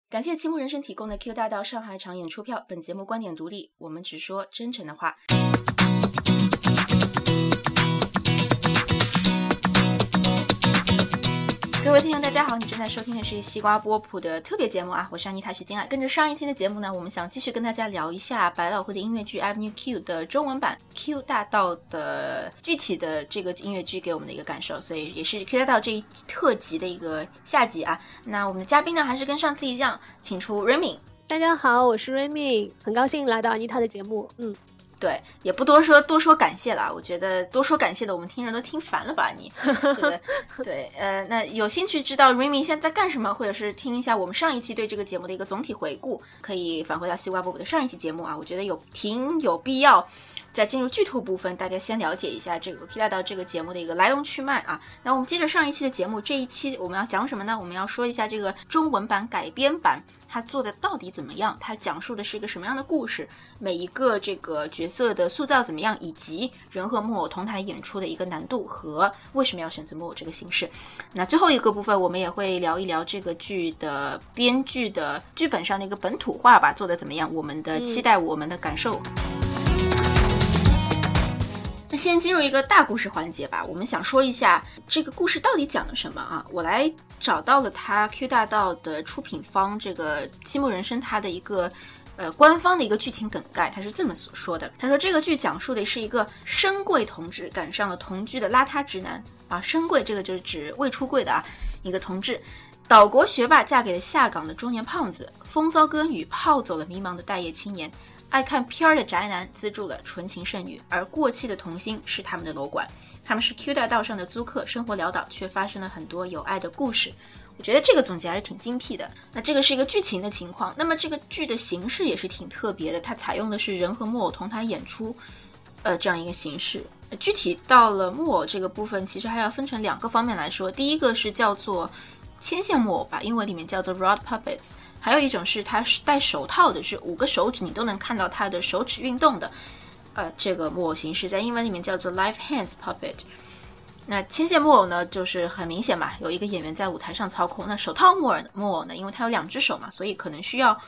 感谢七木人生提供的 Q 大道上海场演出票，本节目观点独立，我们只说真诚的话。各位听众大家好，你正在收听的是西瓜波普的特别节目啊，我是安妮塔徐金爱。跟着上一期的节目呢，我们想继续跟大家聊一下百老汇的音乐剧 Avenue Q 的中文版 Q 大道的具体的这个音乐剧给我们的一个感受，所以也是 Q 大道这一特辑的一个下集啊。那我们的嘉宾呢，还是跟上次一样，请出 Remy。 大家好，我是 Remy， 很高兴来到安妮塔的节目。 对，也不多说感谢了，我觉得多说感谢的我们听人都听烦了吧你这个对那有兴趣知道 Remy 现在在干什么，或者是听一下我们上一期对这个节目的一个总体回顾，可以返回到西瓜波波的上一期节目啊，我觉得挺有必要在进入剧透部分大家先了解一下这个 Q 大道这个节目的一个来龙去脉啊。那我们接着上一期的节目，这一期我们要讲什么呢？我们要说一下这个中文版改编版它做的到底怎么样，它讲述的是一个什么样的故事，每一个这个角色的塑造怎么样，以及人和木偶同台演出的一个难度和为什么要选择木偶这个形式。那最后一个部分我们也会聊一聊这个剧的编剧的剧本上的一个本土化吧，做的怎么样，我们的期待，我们的感受。那先进入一个大故事环节吧，我们想说一下这个故事到底讲了什么啊？我来找到了它 Q 大道的出品方这个七木人生它的一个官方的一个剧情梗概，他是这么所说的。他说这个剧讲述的是一个深贵同志赶上了同居的邋遢直男啊，深贵这个就是指未出柜的啊，一个同志。岛国学霸嫁给了下岗的中年胖子，风骚歌女泡走了迷茫的待业青年，爱看片儿的宅男资助了纯情剩女，而过气的童星是他们的楼管。他们是 Q 大道上的租客，生活潦倒，却发生了很多有爱的故事。我觉得这个总结还是挺精辟的。那这个是一个剧情的情况，那么这个剧的形式也是挺特别的，它采用的是人和木偶同台演出这样一个形式。具体到了木偶这个部分，其实还要分成两个方面来说。第一个是叫做牵线木偶吧，英文里面叫做 rod puppets， 还有一种是它是戴手套的，是5个手指你都能看到它的手指运动的这个木偶形式，在英文里面叫做 live hands puppet。 那牵线木偶呢，就是很明显嘛，有一个演员在舞台上操控。那手套木偶呢，因为它有2只手嘛，所以可能需要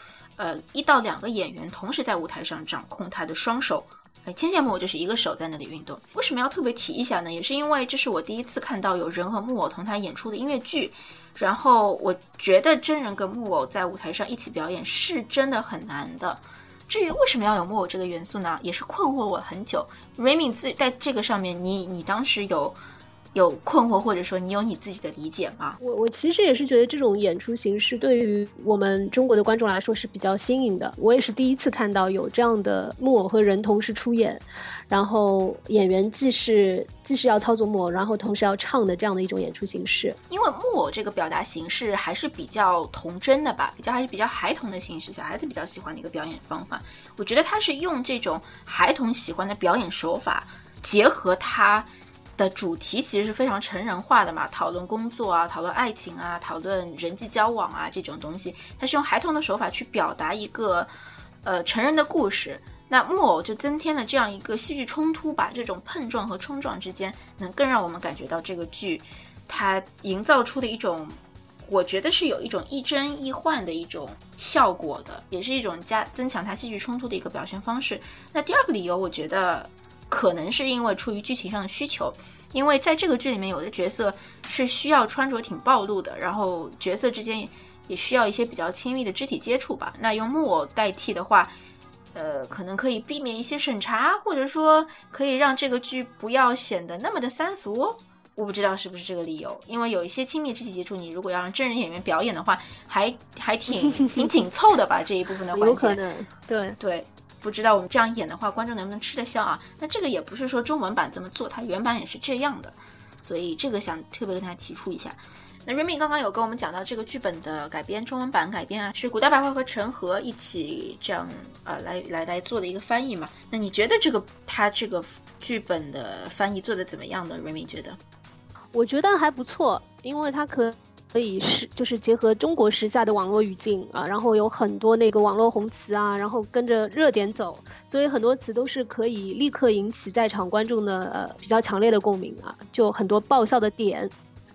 1到2个演员同时在舞台上掌控他的双手。牵线木偶就是1个手在那里运动。为什么要特别提一下呢？也是因为这是我第一次看到有人和木偶同台演出的音乐剧，然后我觉得真人跟木偶在舞台上一起表演是真的很难的。至于为什么要有木偶这个元素呢，也是困惑我很久。 Remy 在这个上面你当时有困惑，或者说你有你自己的理解吗？ 我其实也是觉得这种演出形式对于我们中国的观众来说是比较新颖的，我也是第一次看到有这样的木偶和人同时出演，然后演员既是要操作木偶，然后同时要唱的这样的一种演出形式。 因为木偶这个表达形式还是比较童真的吧，还是比较孩童的形式，小孩子比较喜欢的一个表演方法。我觉得他是用这种孩童喜欢的表演手法，结合他的主题其实是非常成人化的嘛，讨论工作啊，讨论爱情啊，讨论人际交往啊，这种东西它是用孩童的手法去表达一个成人的故事。那木偶就增添了这样一个戏剧冲突，把这种碰撞和冲撞之间能更让我们感觉到这个剧它营造出的一种，我觉得是有一种亦真亦幻的一种效果的，也是一种增强它戏剧冲突的一个表现方式。那第二个理由，我觉得可能是因为出于剧情上的需求，因为在这个剧里面有的角色是需要穿着挺暴露的，然后角色之间也需要一些比较亲密的肢体接触吧。那用木偶代替的话可能可以避免一些审查，或者说可以让这个剧不要显得那么的三俗。我不知道是不是这个理由，因为有一些亲密肢体接触，你如果要让真人演员表演的话还挺紧凑的吧这一部分的环节有可能对，不知道我们这样演的话观众能不能吃得消啊？那这个也不是说中文版这么做，它原版也是这样的，所以这个想特别跟大家提出一下。那 Remy 刚刚有跟我们讲到这个剧本的改编，中文版改编啊，是古大白话和陈和一起这样来做的一个翻译嘛。那你觉得他这个剧本的翻译做的怎么样呢？ Remy 觉得？ 我觉得还不错，因为它可以就是结合中国时下的网络语境啊，然后有很多那个网络红词啊，然后跟着热点走，所以很多词都是可以立刻引起在场观众的比较强烈的共鸣啊，就很多爆笑的点。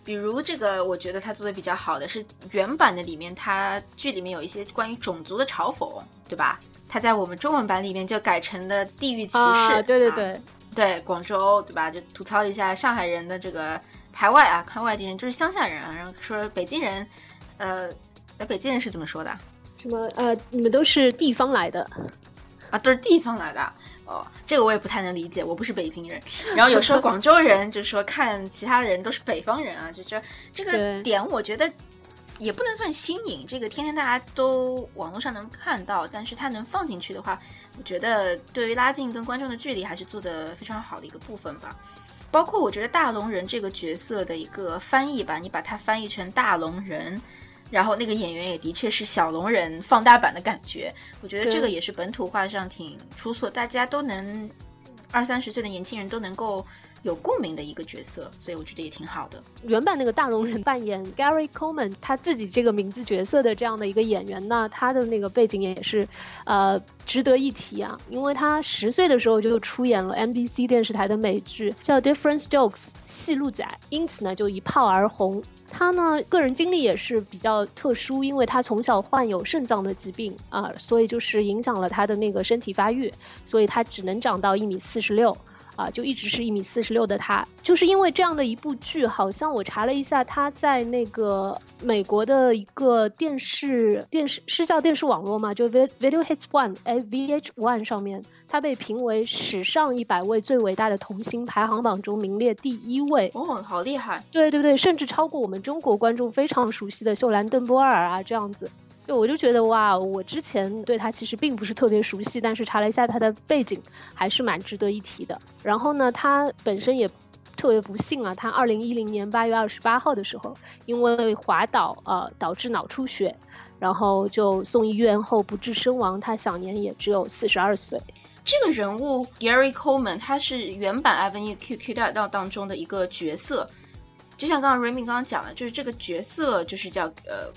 比如这个，我觉得他做的比较好的是原版的里面，他剧里面有一些关于种族的嘲讽，对吧？他在我们中文版里面就改成了地域歧视， 对对对， 对广州，对吧？就吐槽一下上海人的这个排外啊，看外地人就是乡下人啊，然后说北京人，北京人是怎么说的？ 什么你们都是地方来的啊，都是地方来的。哦，这个我也不太能理解，我不是北京人。然后有时候广州人就说看其他人都是北方人啊，就这个点我觉得也不能算新颖，这个天天大家都网络上能看到，但是它能放进去的话，我觉得对于拉近跟观众的距离还是做得非常好的一个部分吧。包括我觉得大龙人这个角色的一个翻译吧，你把它翻译成大龙人，然后那个演员也的确是小龙人放大版的感觉，我觉得这个也是本土化上挺出色，大家都能20-30岁的年轻人都能够有共鸣的一个角色，所以我觉得也挺好的。 原版那个大龙人扮演 Gary Coleman 他自己这个名字角色的这样的一个演员呢，他的那个背景也是值得一提啊，因为他10岁的时候就出演了 NBC 电视台的美剧叫 Different Strokes 戏路仔，因此呢就一炮而红。他呢个人经历也是比较特殊，因为他从小患有肾脏的疾病所以就是影响了他的那个身体发育，所以他只能长到1.46米就一直是1.46米的他，就是因为这样的一部剧，好像我查了一下，他在那个美国的一个电视是叫电视网络嘛，就 Video Hits One VH1 上面，他被评为史上100位最伟大的童星排行榜中名列第1位。 哦，好厉害！ 对对对，甚至超过我们中国观众非常熟悉的秀兰·邓波尔啊这样子。对，我就觉得哇，我之前对他其实并不是特别熟悉，但是查了一下他的背景，还是蛮值得一提的。然后呢，他本身也特别不幸啊，他2010年8月28号的时候，因为滑倒导致脑出血，然后就送医院后不治身亡，他享年也只有42岁。 这个人物 Gary Coleman 他是原版 Avenue Q 大道当中的一个角色，就像刚刚 Remy 刚刚讲的，就是这个角色就是叫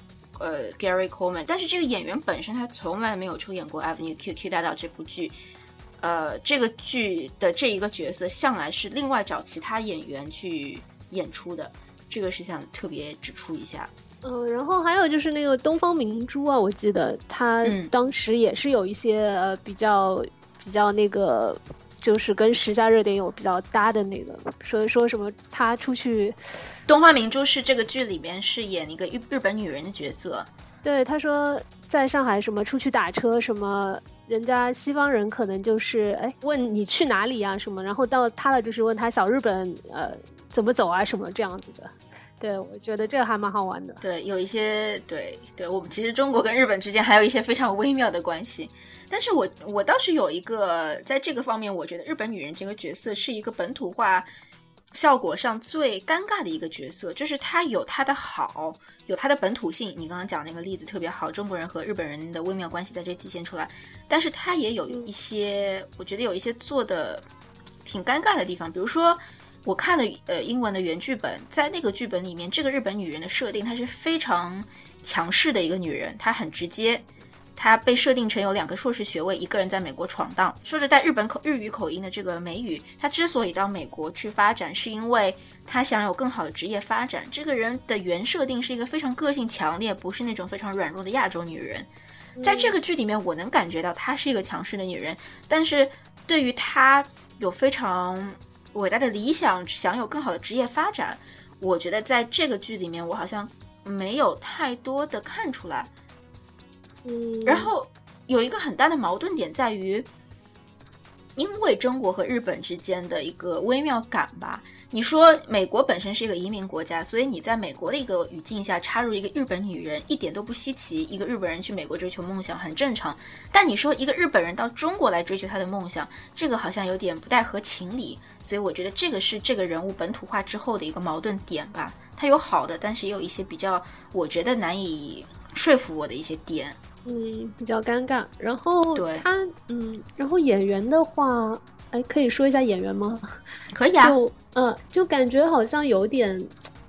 Gary Coleman， 但是这个演员本身他从来没有出演过 Avenue Q 大道这部剧，这个剧的这一个角色向来是另外找其他演员去演出的，这个是想特别指出一下。 然后还有就是那个东方明珠啊，我记得他当时也是有一些比较那个，就是跟时下热点有比较搭的那个，说什么他出去。 东方明珠是这个剧里面饰演一个日本女人的角色。 对，他说在上海什么出去打车什么，人家西方人可能就是问你去哪里啊什么，然后到他了就是问他小日本怎么走啊什么这样子的。对，我觉得这个还蛮好玩的。 对，有一些对，我们其实中国跟日本之间还有一些非常微妙的关系。但是我倒是有一个在这个方面，我觉得日本女人这个角色是一个本土化效果上最尴尬的一个角色，就是她有她的好，有她的本土性，你刚刚讲那个例子特别好，中国人和日本人的微妙关系在这体现出来，但是她也有一些我觉得有一些做的挺尴尬的地方，比如说我看了英文的原剧本，在那个剧本里面，这个日本女人的设定她是非常强势的一个女人，她很直接，她被设定成有2个硕士学位，一个人在美国闯荡，说着带日语口音的这个美语，她之所以到美国去发展，是因为她想有更好的职业发展。这个人的原设定是一个非常个性强烈，不是那种非常软弱的亚洲女人。在这个剧里面，我能感觉到她是一个强势的女人，但是对于她有非常伟大的理想，想有更好的职业发展，我觉得在这个剧里面我好像没有太多的看出来。然后有一个很大的矛盾点在于，因为中国和日本之间的一个微妙感吧，你说美国本身是一个移民国家，所以你在美国的一个语境下插入一个日本女人一点都不稀奇，一个日本人去美国追求梦想很正常，但你说一个日本人到中国来追求他的梦想，这个好像有点不太合情理，所以我觉得这个是这个人物本土化之后的一个矛盾点吧，他有好的，但是也有一些比较我觉得难以说服我的一些点。 比较尴尬。然后对他然后演员的话，可以说一下演员吗？ 可以啊。 就感觉好像有点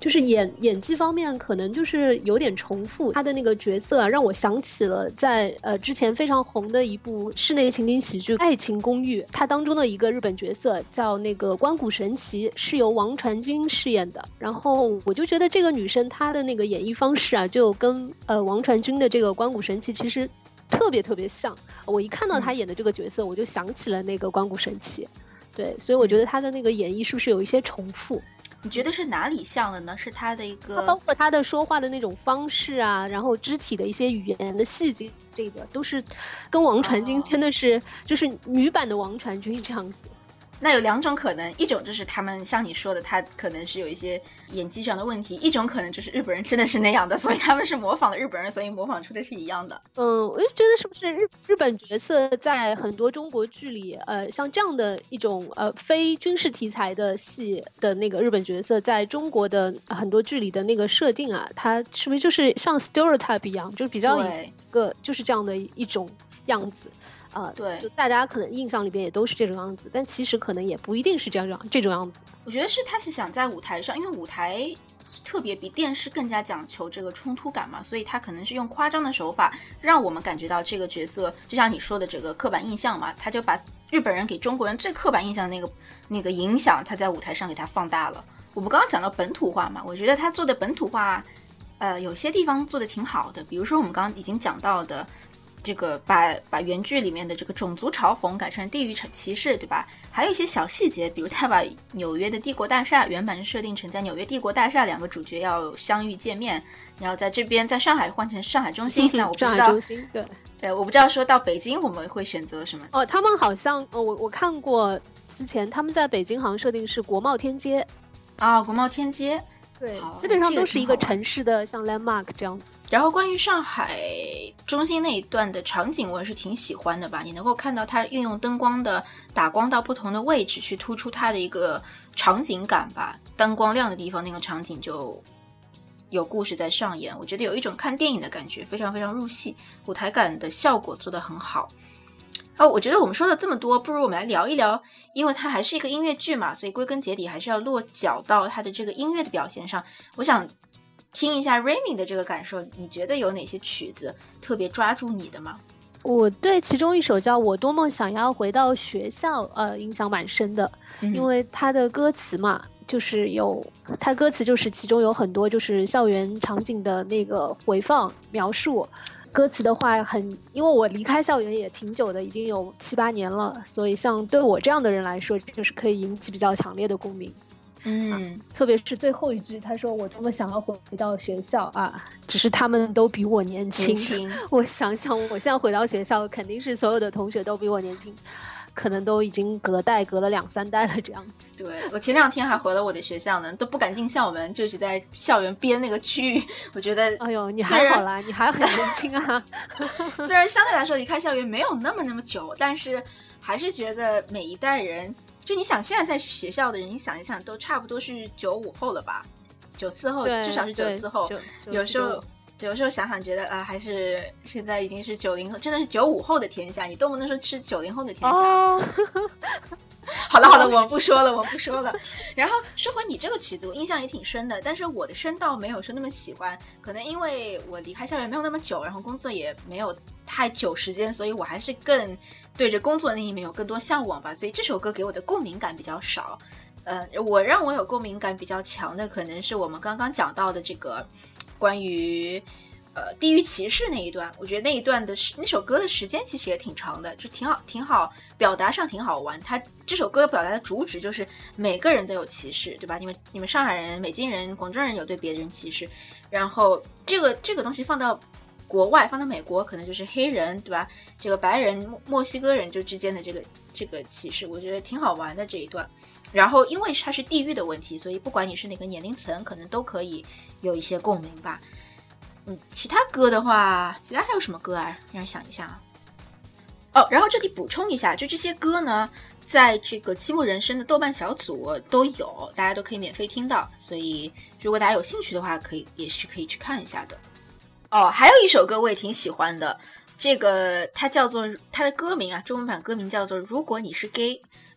就是演技方面可能就是有点重复，他的那个角色啊，让我想起了在之前非常红的一部室内情景喜剧《爱情公寓》，它当中的一个日本角色叫那个关谷神奇，是由王传君饰演的。然后我就觉得这个女生她的那个演绎方式啊，就跟王传君的这个关谷神奇其实特别特别像。我一看到她演的这个角色，我就想起了那个关谷神奇。对，所以我觉得她的那个演绎是不是有一些重复？ 你觉得是哪里像了呢？是他的一个， 包括他的说话的那种方式啊，然后肢体的一些语言的细节，这个都是跟王传君真的是就是女版的王传君这样子。 那有两种可能，一种就是他们像你说的，他可能是有一些演技上的问题；一种可能就是日本人真的是那样的，所以他们是模仿了日本人，所以模仿出的是一样的。 我就觉得是不是日本角色在很多中国剧里，像这样的一种非军事题材的戏的那个日本角色，在中国的很多剧里的那个设定啊，它是不是就是像 stereotype 一样，就是比较一个就是这样的一种样子。 对， 就大家可能印象里边也都是这种样子，但其实可能也不一定是这种样子。 我觉得是他是想在舞台上，因为舞台特别比电视更加讲求这个冲突感嘛，所以他可能是用夸张的手法让我们感觉到这个角色，就像你说的这个刻板印象嘛，他就把日本人给中国人最刻板印象的那个影响，他在舞台上给他放大了。我们刚刚讲到本土化嘛，我觉得他做的本土化有些地方做的挺好的，比如说我们刚刚已经讲到的这个把原剧里面的这个种族嘲讽改成地域歧视，对吧？还有一些小细节，比如他把纽约的帝国大厦原本是设定成在纽约帝国大厦两个主角要相遇见面，然后在这边在上海换成上海中心。那我不知道上海中心， 对，我不知道说到北京我们会选择什么。 他们好像我看过之前他们在北京好像设定是国贸天街啊，国贸天街。 对，基本上都是一个城市的像 landmark 这样子。 然后关于上海中心那一段的场景我也是挺喜欢的吧，你能够看到它运用灯光的打光到不同的位置去突出它的一个场景感吧，灯光亮的地方那个场景就有故事在上演，我觉得有一种看电影的感觉，非常非常入戏，舞台感的效果做得很好。我觉得我们说了这么多，不如我们来聊一聊，因为它还是一个音乐剧嘛，所以归根结底还是要落脚到它的这个音乐的表现上。我想听一下 Remy 的这个感受，你觉得有哪些曲子特别抓住你的吗？ 我对其中一首叫《我多么想要回到学校》印象蛮深的，因为它的歌词嘛，就是它歌词就是其中有很多就是校园场景的那个回放描述。歌词的话因为我离开校园也挺久的，已经有7-8年了，所以像对我这样的人来说，就是可以引起比较强烈的共鸣。特别是最后一句，他说我多么想要回到学校啊，只是他们都比我年轻。我想想我现在回到学校，肯定是所有的同学都比我年轻，可能都已经隔代隔了2-3代了这样子。 对，我前2天还回了我的学校呢，都不敢进校门，就只在校园边那个区域。我觉得哎呦，你还好啦，你还很年轻啊。 虽然相对来说离开校园没有那么久，但是还是觉得每一代人，就你想现在在学校的人，你想一想都差不多是95后了吧，94后，至少是94后。有时候想想觉得还是现在已经是90后，真的是95后的天下，你动不动说是90后的天下。好了，我们不说了。然后说回你这个曲子，我印象也挺深的，但是我的声道没有说那么喜欢，可能因为我离开校园没有那么久，然后工作也没有太久时间，所以我还是更对着工作那一面有更多向往吧，所以这首歌给我的共鸣感比较少。让我有共鸣感比较强的，可能是我们刚刚讲到的这个关于地域歧视那一段，我觉得那一段的那首歌的时间其实也挺长的，就挺好，表达上挺好玩。它这首歌表达的主旨就是每个人都有歧视，对吧？你们上海人、北京人、广州人有对别人歧视，然后这个东西放到国外，放到美国，可能就是黑人，对吧？这个白人、墨西哥人就之间的这个歧视，我觉得挺好玩的这一段。然后因为它是地域的问题，所以不管你是哪个年龄层，可能都可以有一些共鸣吧。其他歌的话，其他还有什么歌啊？让人想一下啊。然后这里补充一下，就这些歌呢，在这个期末人生的豆瓣小组都有，大家都可以免费听到，所以如果大家有兴趣的话，也是可以去看一下的。还有一首歌我也挺喜欢的，这个它的歌名啊，中文版歌名叫做《如果你是 gay》。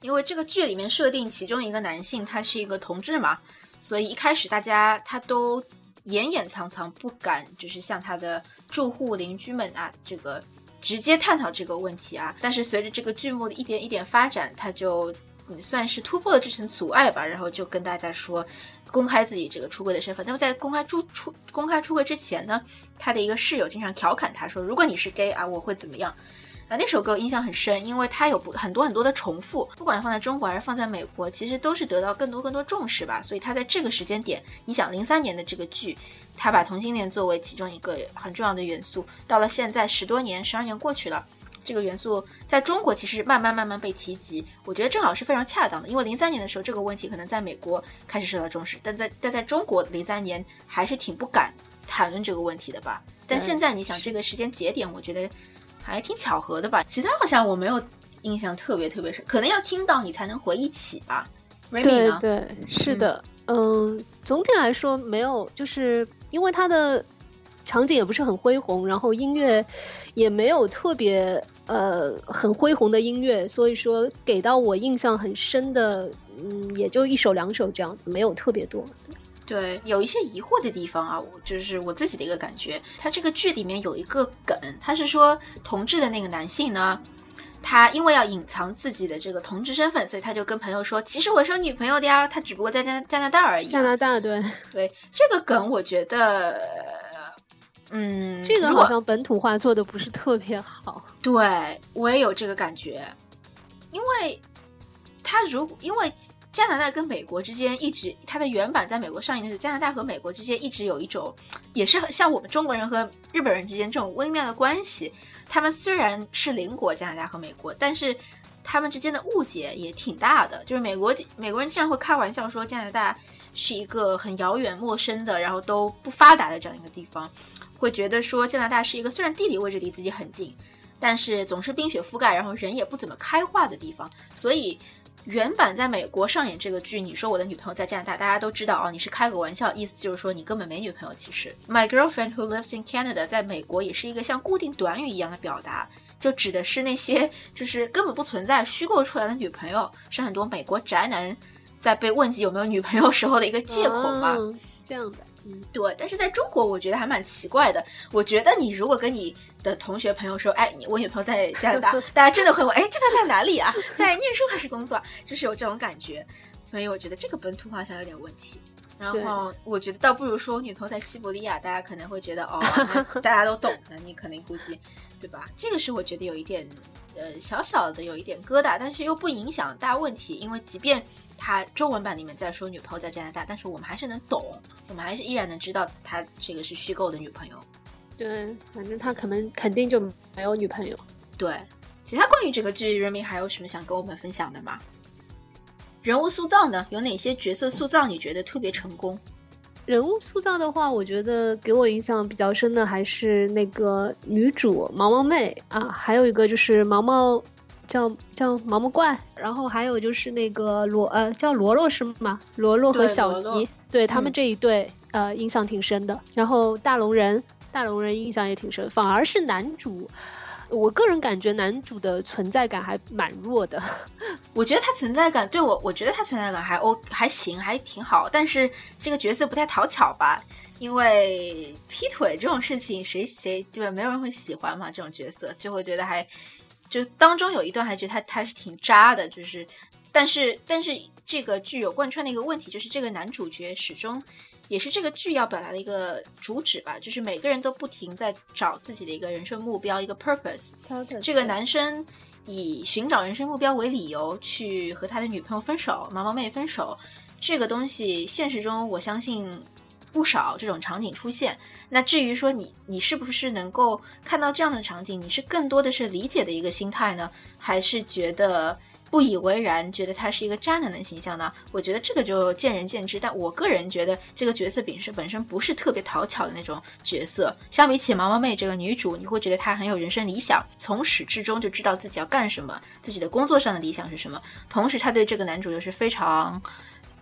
因为这个剧里面设定其中一个男性他是一个同志嘛，所以一开始他都掩藏不敢就是向他的住户邻居们啊这个直接探讨这个问题啊。但是随着这个剧目的一点一点发展，他就算是突破了这层阻碍吧，然后就跟大家说公开自己这个出柜的身份。那么在公开出柜之前呢，他的一个室友经常调侃他说，如果你是 gay 啊，我会怎么样。那首歌印象很深，因为它有很多的重复，不管放在中国还是放在美国，其实都是得到更多重视吧。所以它在这个时间点，你想03年的这个剧，它把同性恋作为其中一个很重要的元素，到了现在10多年12年过去了，这个元素在中国其实慢慢被提及，我觉得正好是非常恰当的。因为03年的时候这个问题可能在美国开始受到重视，但在中国03年还是挺不敢谈论这个问题的吧。但现在你想这个时间节点，我觉得还挺巧合的吧。其他好像我没有印象特别深，可能要听到你才能回忆起吧。 对对，是的。总体来说没有，就是因为它的场景也不是很恢宏，然后音乐也没有特别很恢宏的音乐，所以说给到我印象很深的也就1首2首这样子，没有特别多。 对，有一些疑惑的地方啊，就是我自己的一个感觉，他这个剧里面有一个梗，他是说同志的那个男性呢，他因为要隐藏自己的这个同志身份，所以他就跟朋友说，其实我是有女朋友的呀，他只不过在加拿大而已。 加拿大，对这个梗我觉得这个好像本土化做的不是特别好。 对，我也有这个感觉，因为加拿大跟美国之间一直，它的原版在美国上映的时候，加拿大和美国之间一直有一种，也是像我们中国人和日本人之间这种微妙的关系。他们虽然是邻国，加拿大和美国，但是他们之间的误解也挺大的。就是美国人经常会开玩笑说，加拿大是一个很遥远陌生的，然后都不发达的这样一个地方，会觉得说加拿大是一个虽然地理位置离自己很近，但是总是冰雪覆盖，然后人也不怎么开化的地方。所以原版在美国上演这个剧，你说我的女朋友在加拿大，大家都知道哦，你是开个玩笑，意思就是说你根本没女朋友。其实 My girlfriend who lives in Canada 在美国也是一个像固定短语一样的表达，就指的是那些就是根本不存在虚构出来的女朋友，是很多美国宅男在被问及有没有女朋友时候的一个借口嘛。 这样的。 对，但是在中国我觉得还蛮奇怪的。我觉得你如果跟你的同学朋友说，哎，我女朋友在加拿大，大家真的会问，哎，加拿大哪里啊？在念书还是工作？就是有这种感觉。所以我觉得这个本土化上有点问题。然后我觉得倒不如说女朋友在西伯利亚，大家可能会觉得哦，大家都懂，那你可能估计对吧？这个是我觉得有一点小小的有一点疙瘩，但是又不影响大问题，因为即便他中文版里面在说女朋友在加拿大，但是我们还是能懂，我们还是依然能知道他这个是虚构的女朋友。 对，反正他肯定就没有女朋友。 对，其他关于这个剧人民还有什么想跟我们分享的吗？人物塑造呢，有哪些角色塑造你觉得特别成功？ 人物塑造的话，我觉得给我印象比较深的还是那个女主毛毛妹啊，还有一个就是毛毛叫毛毛怪，然后还有就是那个叫罗罗是吗？罗罗和小姨，对他们这一对印象挺深的。然后大龙人印象也挺深，反而是男主。我个人感觉男主的存在感还蛮弱的。 我觉得他存在感，我觉得他存在感还行，还挺好，但是这个角色不太讨巧吧，因为劈腿这种事情谁对吧，没有人会喜欢嘛，这种角色就会觉得就当中有一段还觉得他是挺渣的，就是但是这个剧有贯穿的一个问题，就是这个男主角始终也是这个剧要表达的一个主旨吧，就是每个人都不停在找自己的一个人生目标，一个 purpose。这个男生以寻找人生目标为理由去和他的女朋友分手，毛毛妹分手，这个东西现实中我相信不少这种场景出现。那至于说你是不是能够看到这样的场景，你是更多的是理解的一个心态呢，还是觉得不以为然，觉得他是一个渣男的形象呢？我觉得这个就见仁见智，但我个人觉得这个角色本身不是特别讨巧的那种角色。相比起毛毛妹这个女主，你会觉得她很有人生理想，从始至终就知道自己要干什么，自己的工作上的理想是什么。同时她对这个男主又是非常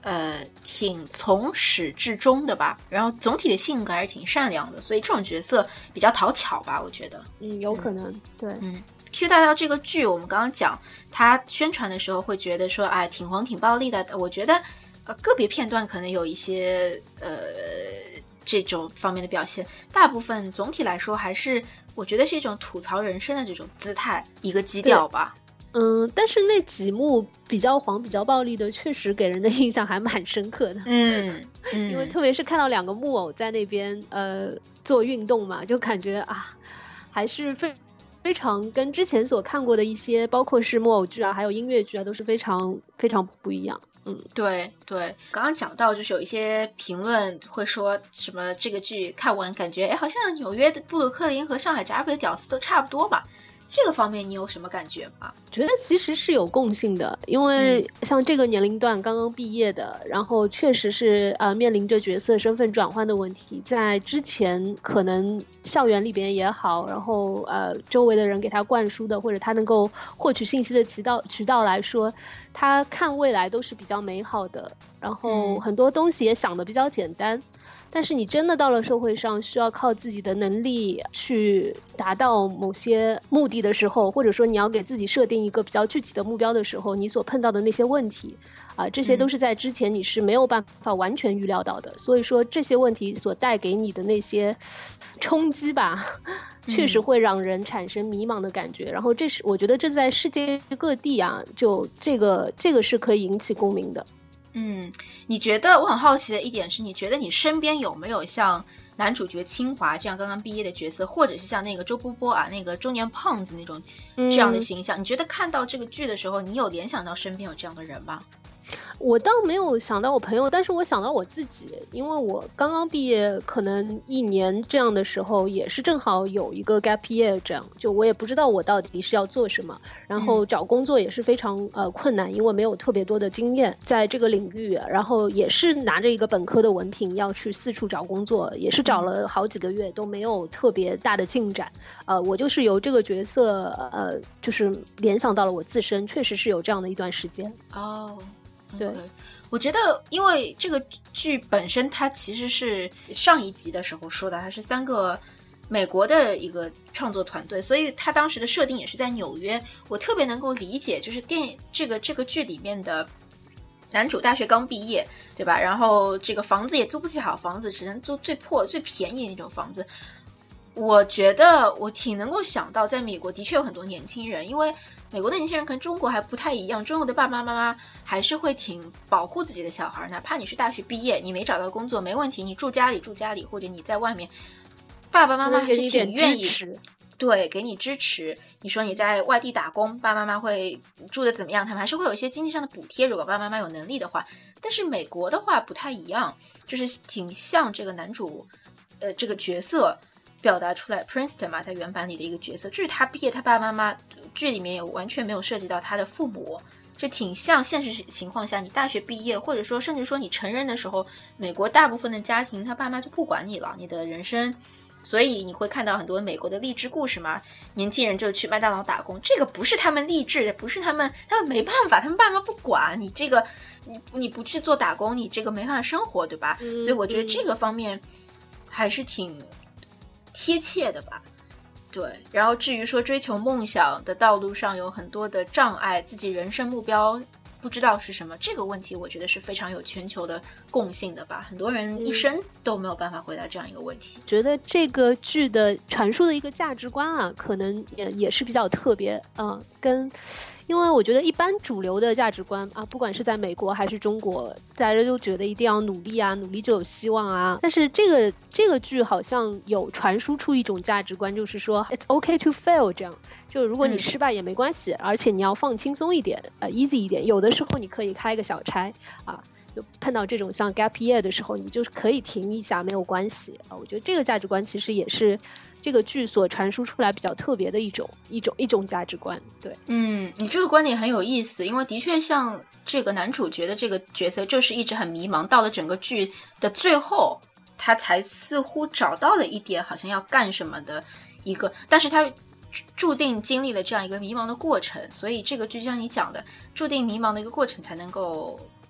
挺从始至终的吧，然后总体的性格还是挺善良的，所以这种角色比较讨巧吧，我觉得。 有可能，对。 Q 大道这个剧，我们刚刚讲，他宣传的时候会觉得说，哎，挺黄挺暴力的。我觉得，个别片段可能有一些这种方面的表现，大部分总体来说还是我觉得是一种吐槽人生的这种姿态，一个基调吧。 但是那几幕比较黄比较暴力的确实给人的印象还蛮深刻的。因为特别是看到两个木偶在那边做运动嘛，就感觉还是非常跟之前所看过的一些包括是木偶剧啊还有音乐剧啊都是非常非常不一样。 对对，刚刚讲到就是有一些评论会说什么这个剧看完感觉好像纽约的布鲁克林和上海闸北的屌丝都差不多吧，这个方面你有什么感觉吗？ 觉得其实是有共性的，因为像这个年龄段刚刚毕业的，然后确实是面临着角色身份转换的问题，在之前可能校园里边也好，然后周围的人给他灌输的或者他能够获取信息的渠道来说，他看未来都是比较美好的，然后很多东西也想得比较简单。但是你真的到了社会上需要靠自己的能力去达到某些目的的时候，或者说你要给自己设定一个比较具体的目标的时候，你所碰到的那些问题这些都是在之前你是没有办法完全预料到的。所以说这些问题所带给你的那些冲击吧，确实会让人产生迷茫的感觉。然后我觉得这在世界各地就这个是可以引起共鸣的。 你觉得我很好奇的一点是，你觉得你身边有没有像男主角清华这样刚刚毕业的角色，或者是像那个周波波那个中年胖子那种这样的形象？你觉得看到这个剧的时候，你有联想到身边有这样的人吗？ 我倒没有想到我朋友，但是我想到我自己，因为我刚刚毕业可能1年这样的时候，也是正好有一个 gap year 这样，就我也不知道我到底是要做什么，然后找工作也是非常困难，因为没有特别多的经验在这个领域，然后也是拿着一个本科的文凭要去四处找工作，也是找了好几个月都没有特别大的进展。我就是由这个角色就是联想到了我自身，确实是有这样的一段时间。对， 我觉得因为这个剧本身它其实是上一集的时候说的，它是3个美国的一个创作团队，所以它当时的设定也是在纽约。我特别能够理解，就是这个剧里面的男主大学刚毕业，对吧？然后这个房子也租不起好房子，只能租最破最便宜的那种房子。我觉得我挺能够想到，在美国的确有很多年轻人，因为美国的年轻人跟中国还不太一样，中国的爸爸妈妈还是会挺保护自己的小孩，哪怕你是大学毕业，你没找到工作没问题，你住家里，或者你在外面，爸爸妈妈还是挺愿意对给你支持。你说你在外地打工，爸爸妈妈会住的怎么样？他们还是会有一些经济上的补贴，如果爸爸妈妈有能力的话。但是美国的话不太一样，就是挺像这个男主这个角色表达出来 Princeton 嘛，在原版里的一个角色，就是他毕业，他爸爸妈妈剧里面也完全没有涉及到他的父母，这挺像现实情况下你大学毕业，或者说甚至说你成人的时候，美国大部分的家庭他爸妈就不管你了，你的人生。所以你会看到很多美国的励志故事嘛，年轻人就去麦当劳打工，这个不是他们励志的，不是他们没办法，他们爸妈不管你这个，你不去做打工，你这个没办法生活，对吧？所以我觉得这个方面还是挺贴切的吧。对，然后至于说追求梦想的道路上有很多的障碍，自己人生目标不知道是什么，这个问题我觉得是非常有全球的共性的吧，很多人一生都没有办法回答这样一个问题。 觉得这个剧的传输的一个价值观可能也是比较特别因为我觉得一般主流的价值观不管是在美国还是中国，大家都觉得一定要努力努力就有希望但是这个剧好像有传输出一种价值观，就是说 it's okay to fail， 这样就如果你失败也没关系，而且你要放轻松一点easy 一点，有的时候你可以开个小差就碰到这种像 gap year 的时候，你就可以停一下没有关系我觉得这个价值观其实也是这个剧所传输出来比较特别的一种价值观。对， 你这个观点很有意思，因为的确像这个男主角的这个角色就是一直很迷茫，到了整个剧的最后他才似乎找到了一点好像要干什么的一个，但是他注定经历了这样一个迷茫的过程，所以这个剧像你讲的注定迷茫的一个过程才能够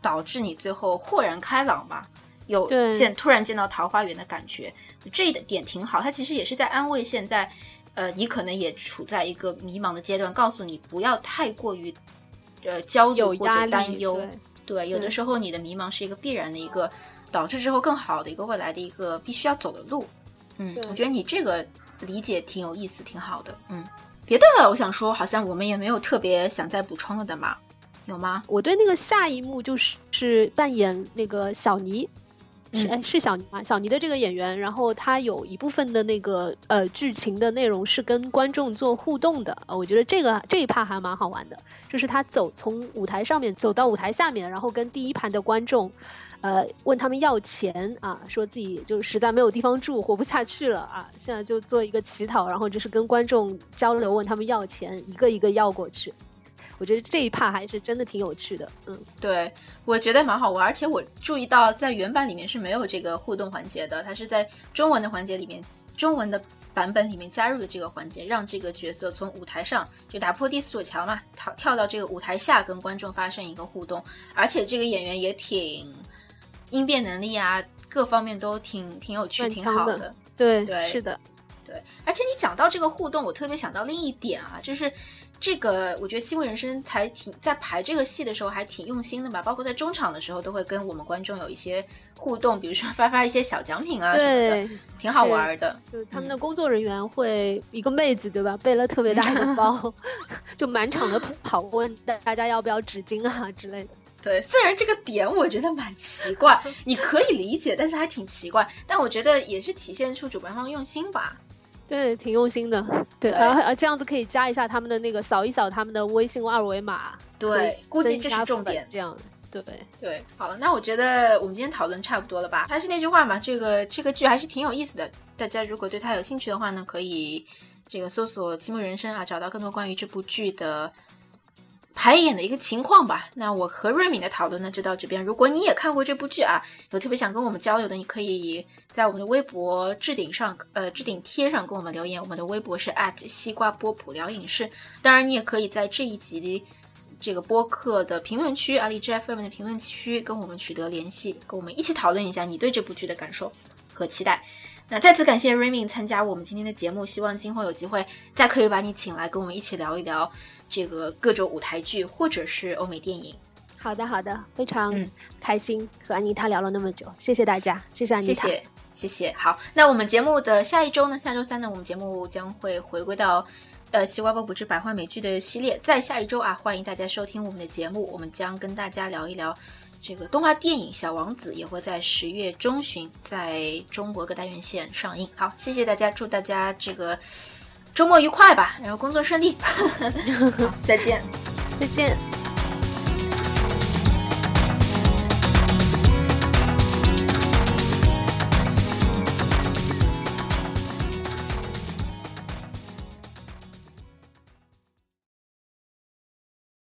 导致你最后豁然开朗吧，有突然见到桃花源的感觉，这一点挺好。它其实也是在安慰现在你可能也处在一个迷茫的阶段，告诉你不要太过于焦虑或者担忧。对，有的时候你的迷茫是一个必然的一个导致之后更好的一个未来的一个必须要走的路。我觉得你这个理解挺有意思，挺好的。别的我想说好像我们也没有特别想再补充了的嘛，有吗？ 我对那个下一幕就是扮演那个小尼，是小尼吗？小尼的这个演员，然后他有一部分的那个剧情的内容是跟观众做互动的，我觉得这一趴还蛮好玩的，就是他从舞台上面走到舞台下面，然后跟第一盘的观众问他们要钱啊，说自己就实在没有地方住，活不下去了啊，现在就做一个乞讨，然后就是跟观众交流，问他们要钱，一个一个要过去。我觉得这一趴还是真的挺有趣的。 对，我觉得蛮好玩，而且我注意到在原版里面是没有这个互动环节的，它是在中文的环节里面，中文的版本里面加入的这个环节，让这个角色从舞台上就打破第四堵墙嘛，跳到这个舞台下跟观众发生一个互动，而且这个演员也挺应变能力啊，各方面都挺有趣，挺好的。 对，是的， 对。而且你讲到这个互动，我特别想到另一点啊，就是这个我觉得《七木人生》在排这个戏的时候还挺用心的吧，包括在中场的时候都会跟我们观众有一些互动，比如说发一些小奖品啊什么的，挺好玩的。 就他们的工作人员会一个妹子对吧，背了特别大的包就满场的跑问大家要不要纸巾啊之类的。 对，虽然这个点我觉得蛮奇怪你可以理解，但是还挺奇怪，但我觉得也是体现出主办方用心吧。 对，挺用心的。对，而这样子可以加一下他们的那个扫一扫他们的微信二维码。 对，估计这是重点。 这样， 对，好了，那我觉得我们今天讨论差不多了吧？还是那句话嘛，这个剧还是挺有意思的。大家如果对它有兴趣的话呢，可以这个搜索《七木人生》啊，找到更多关于这部剧的排演的一个情况吧。那我和瑞敏的讨论呢就到这边，如果你也看过这部剧啊，有特别想跟我们交流的，你可以在我们的微博置顶贴上跟我们留言，我们的微博是西瓜波普聊影视。当然你也可以在这一集这个播客的评论区，荔枝 FM 的评论区跟我们取得联系，跟我们一起讨论一下你对这部剧的感受和期待。那再次感谢 Raymond 参加我们今天的节目，希望今后有机会再可以把你请来跟我们一起聊一聊这个各种舞台剧或者是欧美电影。 好的，非常开心和安妮塔聊了那么久，谢谢大家，谢谢安妮塔， 谢谢。好，那我们节目的下周三呢，我们节目将会回归到西瓜波普之百幻美剧的系列。在下一周啊，欢迎大家收听我们的节目，我们将跟大家聊一聊这个动画电影《小王子》，也会在10月中旬在中国各大院线上映。好，谢谢大家，祝大家这个周末愉快吧，然后工作顺利。好，再见。 再见。